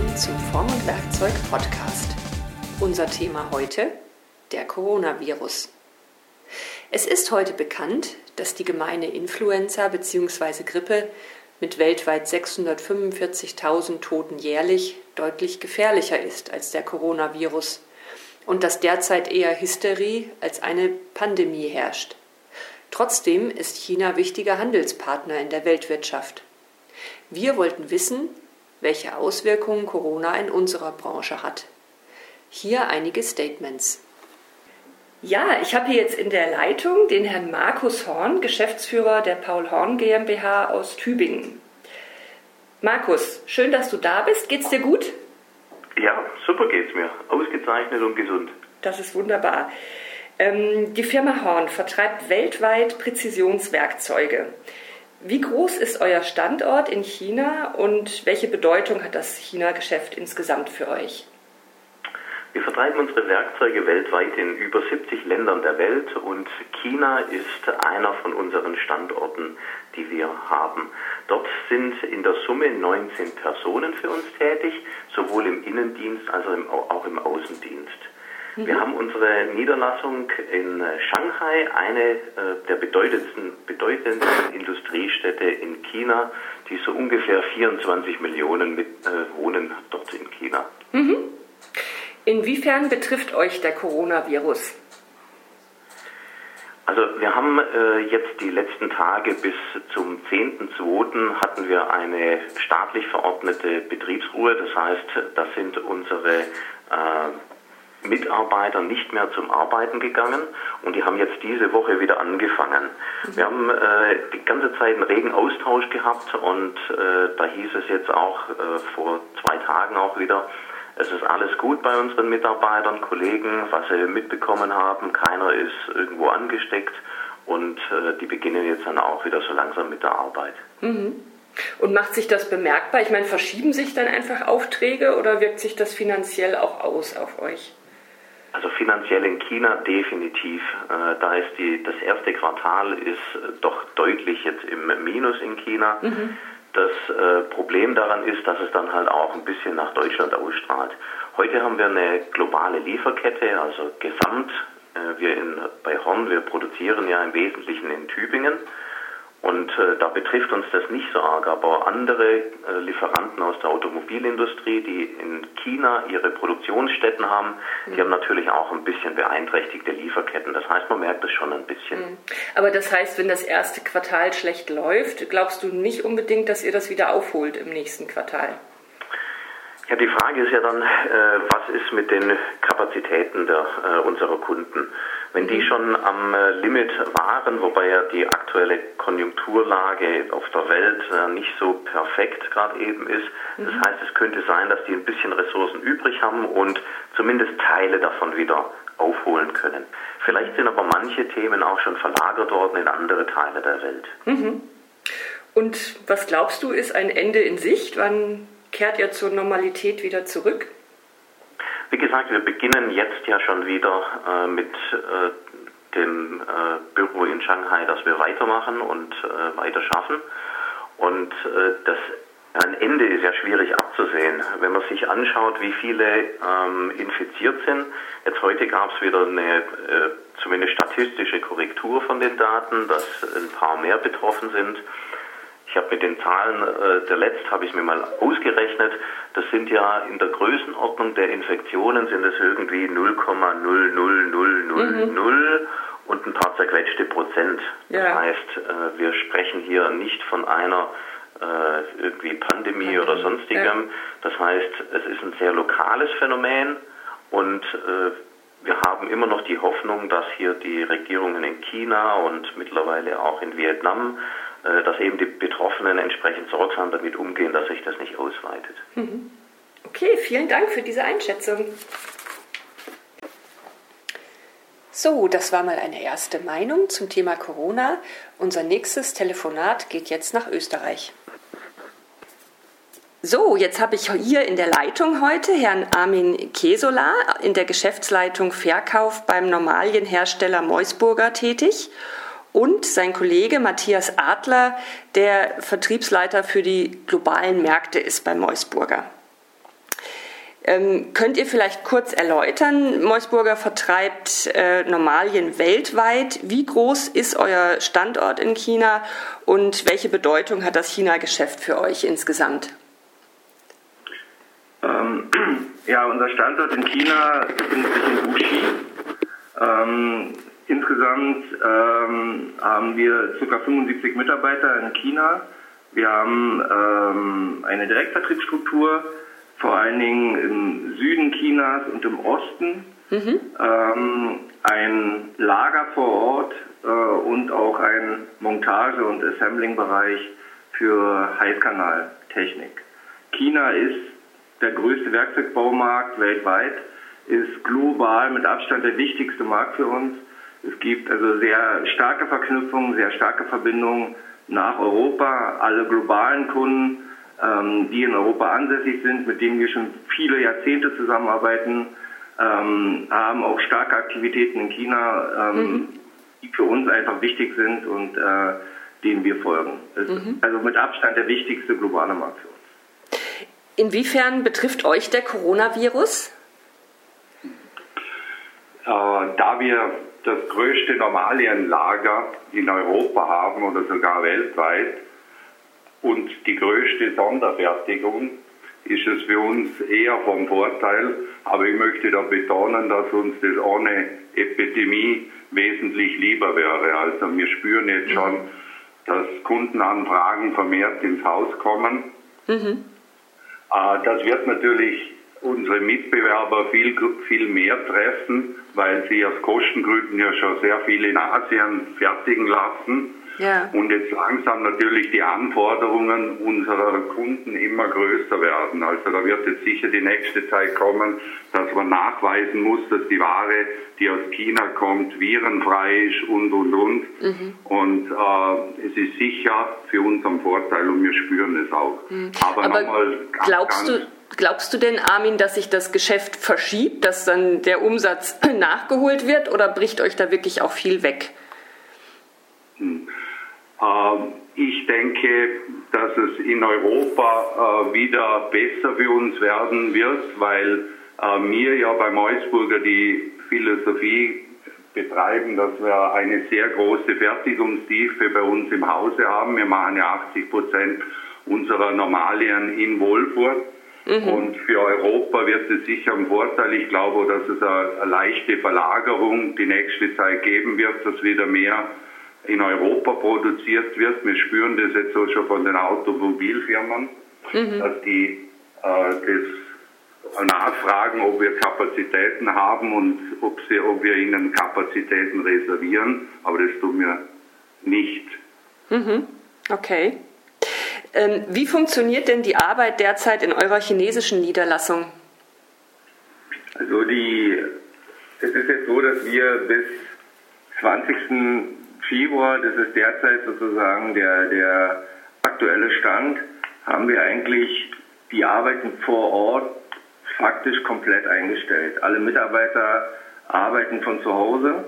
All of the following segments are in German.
zum Form- und Werkzeug-Podcast. Unser Thema heute: der Coronavirus. Es ist heute bekannt, dass die gemeine Influenza bzw. Grippe mit weltweit 645.000 Toten jährlich deutlich gefährlicher ist als der Coronavirus und dass derzeit eher Hysterie als eine Pandemie herrscht. Trotzdem ist China wichtiger Handelspartner in der Weltwirtschaft. Wir wollten wissen, welche Auswirkungen Corona in unserer Branche hat. Hier einige Statements. Ja, ich habe hier jetzt in der Leitung den Herrn Markus Horn, Geschäftsführer der Paul Horn GmbH aus Tübingen. Markus, schön, dass du da bist. Geht's dir gut? Ja, super geht's mir. Ausgezeichnet und gesund. Das ist wunderbar. Die Firma Horn vertreibt weltweit Präzisionswerkzeuge. Wie groß ist euer Standort in China und welche Bedeutung hat das China-Geschäft insgesamt für euch? Wir vertreiben unsere Werkzeuge weltweit in über 70 Ländern der Welt und China ist einer von unseren Standorten, die wir haben. Dort sind in der Summe 19 Personen für uns tätig, sowohl im Innendienst als auch im Außendienst. Wir haben unsere Niederlassung in Shanghai, eine der bedeutendsten Industriestädte in China, die so ungefähr 24 Millionen wohnen dort in China. Inwiefern betrifft euch der Coronavirus? Also wir haben jetzt die letzten Tage bis zum 10.2. hatten wir eine staatlich verordnete Betriebsruhe. Das heißt, das sind unsere Mitarbeiter nicht mehr zum Arbeiten gegangen und die haben jetzt diese Woche wieder angefangen. Wir haben die ganze Zeit einen regen Austausch gehabt und da hieß es jetzt auch vor 2 Tagen auch wieder, es ist alles gut bei unseren Mitarbeitern, Kollegen, was sie mitbekommen haben, keiner ist irgendwo angesteckt und die beginnen jetzt dann auch wieder so langsam mit der Arbeit. Und macht sich das bemerkbar? Ich meine, verschieben sich dann einfach Aufträge oder wirkt sich das finanziell auch aus auf euch? Also finanziell in China definitiv. Da ist das erste Quartal ist doch deutlich jetzt im Minus in China. Das Problem daran ist, dass es dann halt auch ein bisschen nach Deutschland ausstrahlt. Heute haben wir eine globale Lieferkette, also gesamt. Bei Horn, wir produzieren ja im Wesentlichen in Tübingen. Und da betrifft uns das nicht so arg, aber andere Lieferanten aus der Automobilindustrie, die in China ihre Produktionsstätten haben, die haben natürlich auch ein bisschen beeinträchtigte Lieferketten. Das heißt, man merkt das schon ein bisschen. Aber das heißt, wenn das erste Quartal schlecht läuft, glaubst du nicht unbedingt, dass ihr das wieder aufholt im nächsten Quartal? Ja, die Frage ist ja dann, was ist mit den Kapazitäten unserer Kunden? Wenn die schon am Limit waren, wobei ja die aktuelle Konjunkturlage auf der Welt nicht so perfekt gerade eben ist, das heißt, es könnte sein, dass die ein bisschen Ressourcen übrig haben und zumindest Teile davon wieder aufholen können. Vielleicht sind aber manche Themen auch schon verlagert worden in andere Teile der Welt. Und was glaubst du, ist ein Ende in Sicht? Wann kehrt ihr zur Normalität wieder zurück? Wie gesagt, wir beginnen jetzt ja schon wieder mit dem Büro in Shanghai, dass wir weitermachen und weiter schaffen. Und ein Ende ist ja schwierig abzusehen. Wenn man sich anschaut, wie viele infiziert sind, jetzt heute gab es wieder eine zumindest statistische Korrektur von den Daten, dass ein paar mehr betroffen sind. Ich habe mit den Zahlen habe ich mir mal ausgerechnet, das sind ja in der Größenordnung der Infektionen sind es irgendwie 0,00000 und ein paar zerquetschte Prozent. Ja. Das heißt, wir sprechen hier nicht von einer irgendwie Pandemie oder sonstigem. Ja. Das heißt, es ist ein sehr lokales Phänomen und wir haben immer noch die Hoffnung, dass hier die Regierungen in China und mittlerweile auch in Vietnam dass eben die Betroffenen entsprechend sorgsam damit umgehen, dass sich das nicht ausweitet. Okay, vielen Dank für diese Einschätzung. So, das war mal eine erste Meinung zum Thema Corona. Unser nächstes Telefonat geht jetzt nach Österreich. So, jetzt habe ich hier in der Leitung heute Herrn Armin Kesola in der Geschäftsleitung Verkauf beim Normalienhersteller Meusburger tätig. Und sein Kollege Matthias Adler, der Vertriebsleiter für die globalen Märkte ist bei Meusburger. Könnt ihr vielleicht kurz erläutern, Meusburger vertreibt Normalien weltweit. Wie groß ist euer Standort in China und welche Bedeutung hat das China-Geschäft für euch insgesamt? Ja, unser Standort in China befindet sich in Wuxi. Insgesamt haben wir ca. 75 Mitarbeiter in China. Wir haben eine Direktvertriebsstruktur, vor allen Dingen im Süden Chinas und im Osten. Ein Lager vor Ort und auch ein Montage- und Assembling-Bereich für Heißkanaltechnik. China ist der größte Werkzeugbaumarkt weltweit, ist global mit Abstand der wichtigste Markt für uns. Es gibt also sehr starke Verknüpfungen, sehr starke Verbindungen nach Europa. Alle globalen Kunden, die in Europa ansässig sind, mit denen wir schon viele Jahrzehnte zusammenarbeiten, haben auch starke Aktivitäten in China, die für uns einfach wichtig sind und denen wir folgen. Es ist also mit Abstand der wichtigste globale Markt für uns. Inwiefern betrifft euch der Coronavirus? Da wir das größte Normalienlager in Europa haben oder sogar weltweit und die größte Sonderfertigung, ist es für uns eher vom Vorteil. Aber ich möchte da betonen, dass uns das ohne Epidemie wesentlich lieber wäre. Also wir spüren jetzt schon, dass Kundenanfragen vermehrt ins Haus kommen. Das wird natürlich unsere Mitbewerber viel mehr treffen, weil sie aus Kostengründen ja schon sehr viel in Asien fertigen lassen. Ja. Und jetzt langsam natürlich die Anforderungen unserer Kunden immer größer werden. Also da wird jetzt sicher die nächste Zeit kommen, dass man nachweisen muss, dass die Ware, die aus China kommt, virenfrei ist und. Und es ist sicher für uns ein Vorteil und wir spüren es auch. Aber nochmal Glaubst du denn, Armin, dass sich das Geschäft verschiebt, dass dann der Umsatz nachgeholt wird oder bricht euch da wirklich auch viel weg? Ich denke, dass es in Europa wieder besser für uns werden wird, weil wir ja bei Meusburger die Philosophie betreiben, dass wir eine sehr große Fertigungstiefe bei uns im Hause haben. Wir machen ja 80% unserer Normalien in Wolfurt. Und für Europa wird es sicher ein Vorteil. Ich glaube, dass es eine leichte Verlagerung die nächste Zeit geben wird, dass wieder mehr in Europa produziert wird. Wir spüren das jetzt auch schon von den Automobilfirmen, dass die das nachfragen, ob wir Kapazitäten haben und ob wir ihnen Kapazitäten reservieren. Aber das tun wir nicht. Okay. Wie funktioniert denn die Arbeit derzeit in eurer chinesischen Niederlassung? Also es ist jetzt so, dass wir bis 20. Februar, das ist derzeit sozusagen der aktuelle Stand, haben wir eigentlich die Arbeiten vor Ort faktisch komplett eingestellt. Alle Mitarbeiter arbeiten von zu Hause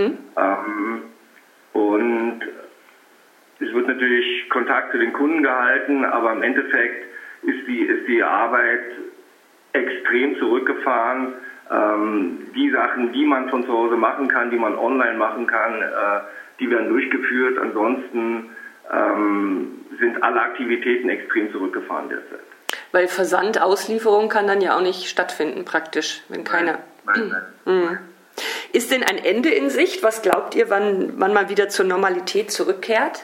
und es wird natürlich Kontakt zu den Kunden gehalten, aber im Endeffekt ist die Arbeit extrem zurückgefahren. Die Sachen, die man von zu Hause machen kann, die man online machen kann, die werden durchgeführt. Ansonsten sind alle Aktivitäten extrem zurückgefahren derzeit. Weil Versand, Auslieferung kann dann ja auch nicht stattfinden praktisch, wenn keiner... Nein. Ist denn ein Ende in Sicht? Was glaubt ihr, wann mal wieder zur Normalität zurückkehrt?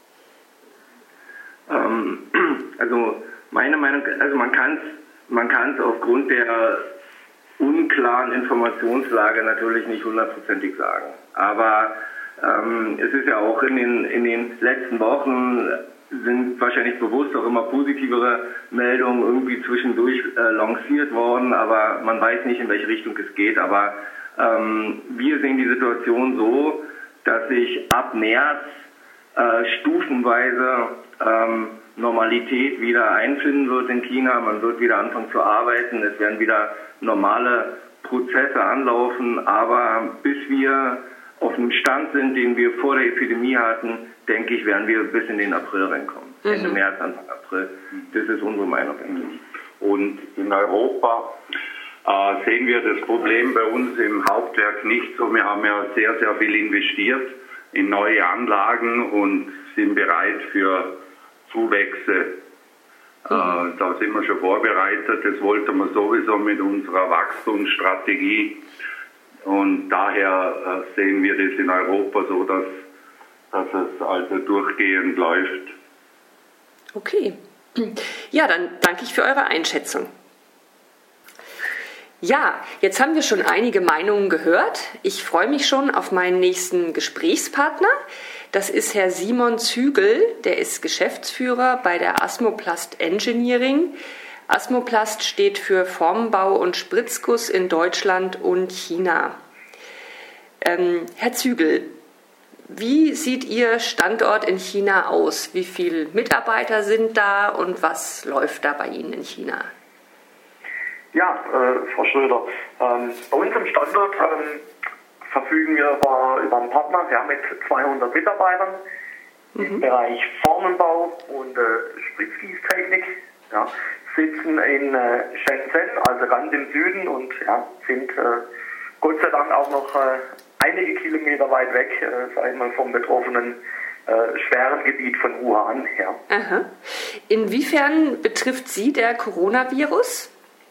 Also meine Meinung, also man kann es aufgrund der unklaren Informationslage natürlich nicht hundertprozentig sagen. Aber es ist ja auch in den letzten Wochen sind wahrscheinlich bewusst auch immer positivere Meldungen irgendwie zwischendurch lanciert worden, aber man weiß nicht, in welche Richtung es geht. Aber wir sehen die Situation so, dass sich ab März stufenweise Normalität wieder einfinden wird in China. Man wird wieder anfangen zu arbeiten. Es werden wieder normale Prozesse anlaufen. Aber bis wir auf einem Stand sind, den wir vor der Epidemie hatten, denke ich, werden wir bis in den April reinkommen. Ende März, Anfang April. Das ist unsere Meinung eigentlich. Und in Europa sehen wir das Problem bei uns im Hauptwerk nicht so. Wir haben ja sehr, sehr viel investiert in neue Anlagen und sind bereit für Zuwächse. Da sind wir schon vorbereitet. Das wollten wir sowieso mit unserer Wachstumsstrategie. Und daher sehen wir das in Europa so, dass es also durchgehend läuft. Okay. Ja, dann danke ich für eure Einschätzung. Ja, jetzt haben wir schon einige Meinungen gehört. Ich freue mich schon auf meinen nächsten Gesprächspartner. Das ist Herr Simon Zügel, der ist Geschäftsführer bei der Asmoplast Engineering. Asmoplast steht für Formbau und Spritzguss in Deutschland und China. Herr Zügel, wie sieht Ihr Standort in China aus? Wie viele Mitarbeiter sind da und was läuft da bei Ihnen in China? Ja, Frau Schröder, bei uns im Standort verfügen wir über einen Partner, mit 200 Mitarbeitern im Bereich Formenbau und Spritzgießtechnik. Ja, sitzen in Shenzhen, also ganz im Süden, und sind Gott sei Dank auch noch einige Kilometer weit weg, vom betroffenen schweren Gebiet von Wuhan her. Aha. Inwiefern betrifft Sie der Coronavirus?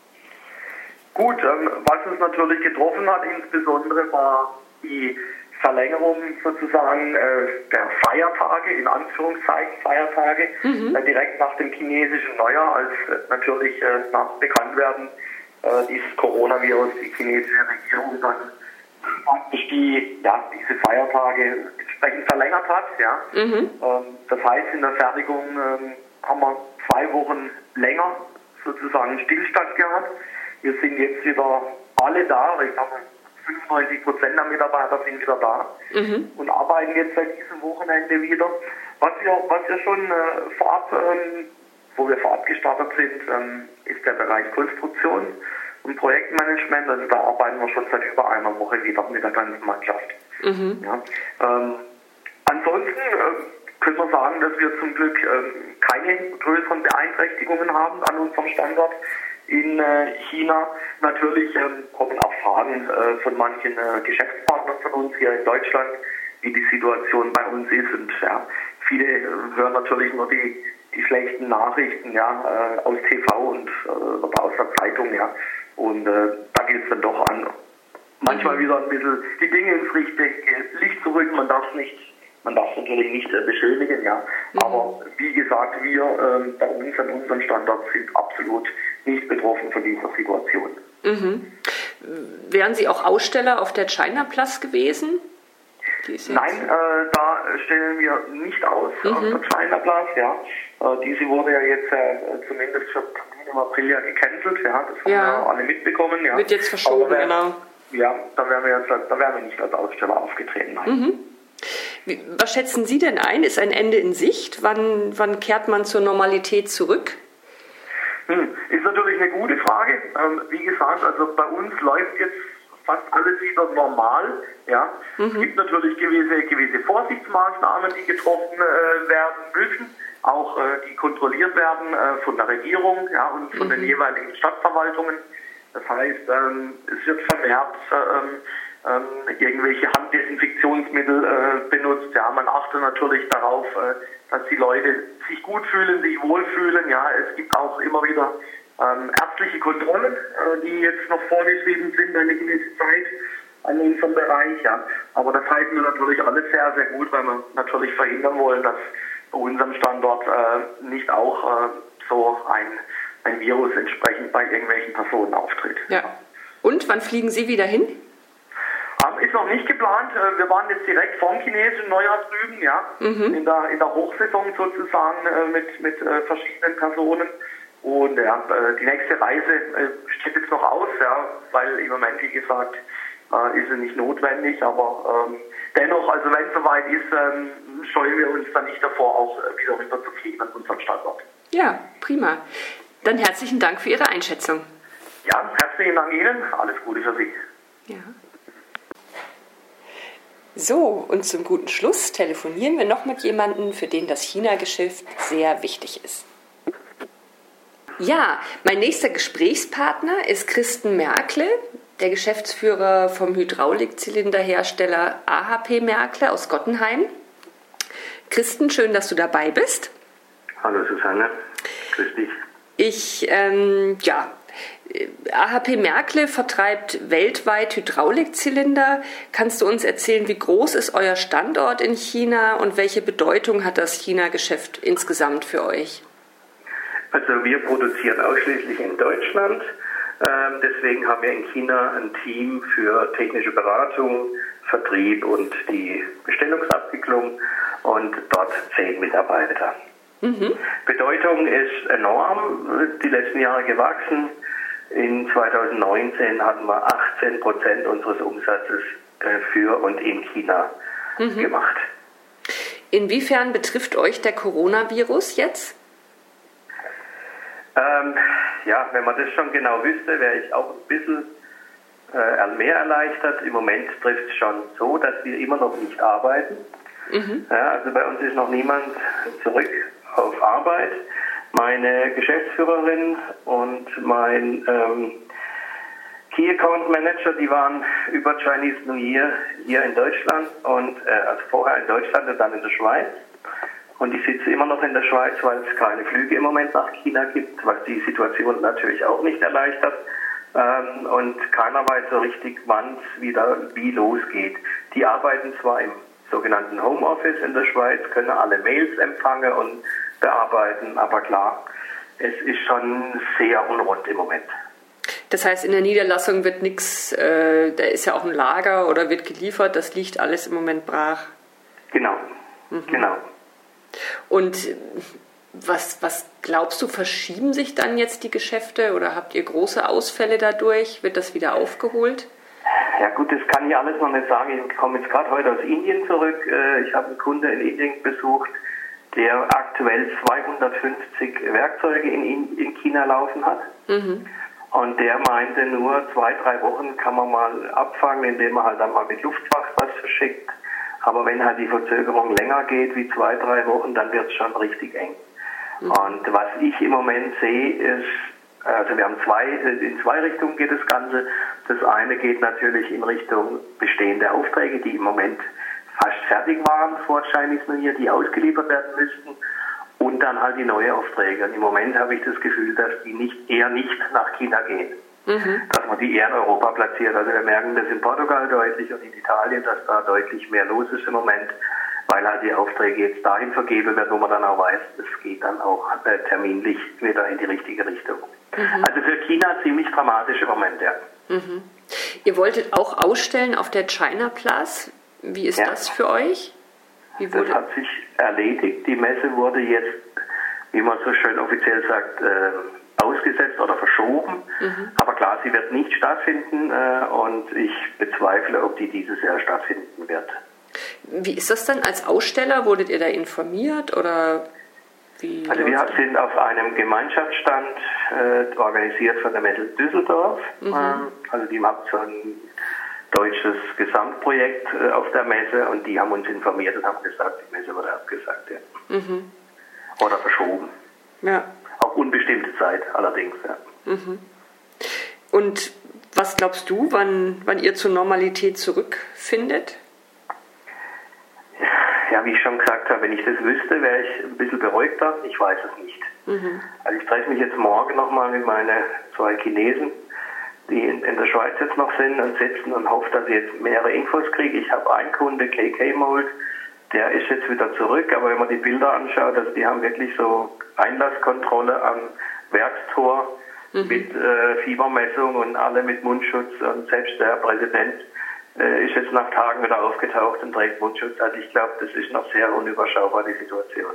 Gut, was uns natürlich getroffen hat, insbesondere war die Verlängerung sozusagen der Feiertage, in Anführungszeichen Feiertage, direkt nach dem chinesischen Neujahr, als natürlich nach Bekanntwerden dieses Coronavirus die chinesische Regierung dann praktisch diese Feiertage entsprechend verlängert hat. Ja. Das heißt, in der Fertigung haben wir 2 Wochen länger sozusagen Stillstand gehabt. Wir sind jetzt wieder alle da, ich sage 95% der Mitarbeiter sind wieder da und arbeiten jetzt seit diesem Wochenende wieder. Was wir schon vorab, wo wir vorab gestartet sind, ist der Bereich Konstruktion und Projektmanagement. Also da arbeiten wir schon seit über einer Woche wieder mit der ganzen Mannschaft. Ja. Ansonsten können wir sagen, dass wir zum Glück keine größeren Beeinträchtigungen haben an unserem Standort in China. Natürlich kommen auch Fragen von manchen Geschäftspartnern von uns hier in Deutschland, wie die Situation bei uns ist. Und viele hören natürlich nur die schlechten Nachrichten aus TV und aus der Zeitung. Und da geht es dann doch an, manchmal wieder ein bisschen die Dinge ins richtige Licht zu rücken. Man darf natürlich nicht beschönigen, aber wie gesagt, wir bei uns an unserem Standort sind absolut nicht betroffen von dieser Situation. Wären Sie auch Aussteller auf der China-Plus gewesen? Nein, da stellen wir nicht aus auf der China-Plus. Diese wurde ja jetzt zumindest für im April gecancelt. Das haben wir alle mitbekommen. Wird jetzt verschoben, genau. Ja, da wären wir nicht als Aussteller aufgetreten. Nein. Was schätzen Sie denn ein? Ist ein Ende in Sicht? Wann kehrt man zur Normalität zurück? Ist natürlich eine gute Frage. Wie gesagt, also bei uns läuft jetzt fast alles wieder normal. Es gibt natürlich gewisse Vorsichtsmaßnahmen, die getroffen werden müssen, auch die kontrolliert werden von der Regierung und von den jeweiligen Stadtverwaltungen. Das heißt, es wird vermehrt irgendwelche Handdesinfektionsmittel benutzt. Man achtet natürlich darauf, dass die Leute sich gut fühlen, sich wohlfühlen. Es gibt auch immer wieder ärztliche Kontrollen, die jetzt noch vorgeschrieben sind, eine gewisse Zeit an unserem Bereich. Aber das halten wir natürlich alles sehr, sehr gut, weil wir natürlich verhindern wollen, dass bei unserem Standort nicht auch so ein Virus entsprechend bei irgendwelchen Personen auftritt. Ja. Und wann fliegen Sie wieder hin? Ist noch nicht geplant. Wir waren jetzt direkt vorm chinesischen Neujahr drüben, in der Hochsaison sozusagen mit verschiedenen Personen. Und die nächste Reise steht jetzt noch aus, weil im Moment, wie gesagt, ist sie nicht notwendig. Aber dennoch, also wenn es soweit ist, scheuen wir uns dann nicht davor, auch wieder rüber zu fliegen an unserem Standort. Ja, prima. Dann herzlichen Dank für Ihre Einschätzung. Ja, herzlichen Dank Ihnen. Alles Gute für Sie. Ja. So, und zum guten Schluss telefonieren wir noch mit jemandem, für den das China-Geschäft sehr wichtig ist. Ja, mein nächster Gesprächspartner ist Christen Merkle, der Geschäftsführer vom Hydraulikzylinderhersteller AHP Merkle aus Gottenheim. Christen, schön, dass du dabei bist. Hallo Susanne, grüß dich. AHP Merkle vertreibt weltweit Hydraulikzylinder. Kannst du uns erzählen, wie groß ist euer Standort in China und welche Bedeutung hat das China-Geschäft insgesamt für euch? Also wir produzieren ausschließlich in Deutschland. Deswegen haben wir in China ein Team für technische Beratung, Vertrieb und die Bestellungsabwicklung und dort 10 Mitarbeiter. Bedeutung ist enorm, die letzten Jahre gewachsen. In 2019 hatten wir 18% unseres Umsatzes für und in China gemacht. Inwiefern betrifft euch der Coronavirus jetzt? Wenn man das schon genau wüsste, wäre ich auch ein bisschen mehr erleichtert. Im Moment trifft es schon so, dass wir immer noch nicht arbeiten. Also bei uns ist noch niemand zurück auf Arbeit. Meine Geschäftsführerin und mein Key Account Manager, die waren über Chinese New Year hier in Deutschland und also vorher in Deutschland und dann in der Schweiz. Und ich sitze immer noch in der Schweiz, weil es keine Flüge im Moment nach China gibt, was die Situation natürlich auch nicht erleichtert. Und keiner weiß so richtig, wann es wieder wie losgeht. Die arbeiten zwar im sogenannten Homeoffice in der Schweiz, können alle Mails empfangen und bearbeiten, aber klar, es ist schon sehr unrund im Moment. Das heißt, in der Niederlassung wird nichts, da ist ja auch ein Lager oder wird geliefert, das liegt alles im Moment brach. Genau, genau. Und was glaubst du, verschieben sich dann jetzt die Geschäfte oder habt ihr große Ausfälle dadurch? Wird das wieder aufgeholt? Ja gut, das kann ich alles noch nicht sagen. Ich komme jetzt gerade heute aus Indien zurück. Ich habe einen Kunde in Indien besucht, der aktuell 250 Werkzeuge in China laufen hat. Und der meinte, nur 2-3 Wochen kann man mal abfangen, indem man halt dann mal mit Luftfracht was verschickt. Aber wenn halt die Verzögerung länger geht wie 2-3 Wochen, dann wird es schon richtig eng. Und was ich im Moment sehe, ist, also wir haben in zwei Richtungen geht das Ganze. Das eine geht natürlich in Richtung bestehende Aufträge, die im Moment fast fertig waren vor Chinese New Year, die ausgeliefert werden müssten. Und dann halt die neuen Aufträge. Und im Moment habe ich das Gefühl, dass die eher nicht nach China gehen. Dass man die eher in Europa platziert. Also wir merken das in Portugal deutlich und in Italien, dass da deutlich mehr los ist im Moment, weil halt die Aufträge jetzt dahin vergeben werden, wo man dann auch weiß, es geht dann auch terminlich wieder in die richtige Richtung. Also für China ziemlich dramatisch im Moment, ja. Ihr wolltet auch ausstellen auf der China Plus. Wie ist das für euch? Das hat sich erledigt. Die Messe wurde jetzt, wie man so schön offiziell sagt, ausgesetzt oder verschoben. Aber klar, sie wird nicht stattfinden und ich bezweifle, ob die dieses Jahr stattfinden wird. Wie ist das dann als Aussteller? Wurdet ihr da informiert oder wie? Also wir sind auf einem Gemeinschaftsstand organisiert von der Messe Düsseldorf. Also die haben so ein deutsches Gesamtprojekt auf der Messe und die haben uns informiert und haben gesagt, die Messe wurde abgesagt. Ja. Oder verschoben. Ja. Auf unbestimmte Zeit allerdings, ja. Und was glaubst du, wann ihr zur Normalität zurückfindet? Ja, wie ich schon gesagt habe, wenn ich das wüsste, wäre ich ein bisschen beruhigter. Ich weiß es nicht. Also ich treffe mich jetzt morgen nochmal mit meinen 2 Chinesen, die in der Schweiz jetzt noch sind und sitzen und hoffe, dass ich jetzt mehrere Infos kriege. Ich habe einen Kunde, KK Mold, der ist jetzt wieder zurück, aber wenn man die Bilder anschaut, also die haben wirklich so Einlasskontrolle am Werkstor mit Fiebermessung und alle mit Mundschutz und selbst der Präsident ist jetzt nach Tagen wieder aufgetaucht und trägt Mundschutz. Also ich glaube, das ist noch sehr unüberschaubar, die Situation.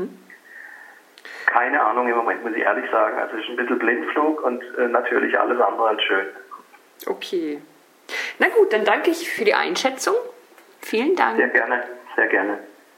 Keine Ahnung im Moment, muss ich ehrlich sagen. Also es ist ein bisschen Blindflug und natürlich alles andere als schön. Okay. Na gut, dann danke ich für die Einschätzung. Vielen Dank. Sehr gerne, sehr gerne.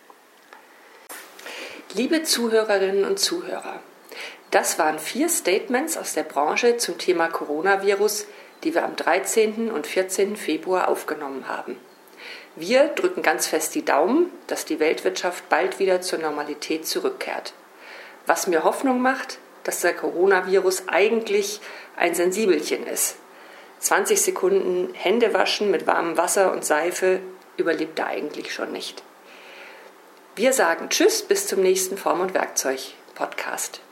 Liebe Zuhörerinnen und Zuhörer, das waren 4 Statements aus der Branche zum Thema Coronavirus, die wir am 13. und 14. Februar aufgenommen haben. Wir drücken ganz fest die Daumen, dass die Weltwirtschaft bald wieder zur Normalität zurückkehrt. Was mir Hoffnung macht, dass der Coronavirus eigentlich ein Sensibelchen ist. 20 Sekunden Hände waschen mit warmem Wasser und Seife überlebt er eigentlich schon nicht. Wir sagen Tschüss, bis zum nächsten Form- und Werkzeug-Podcast.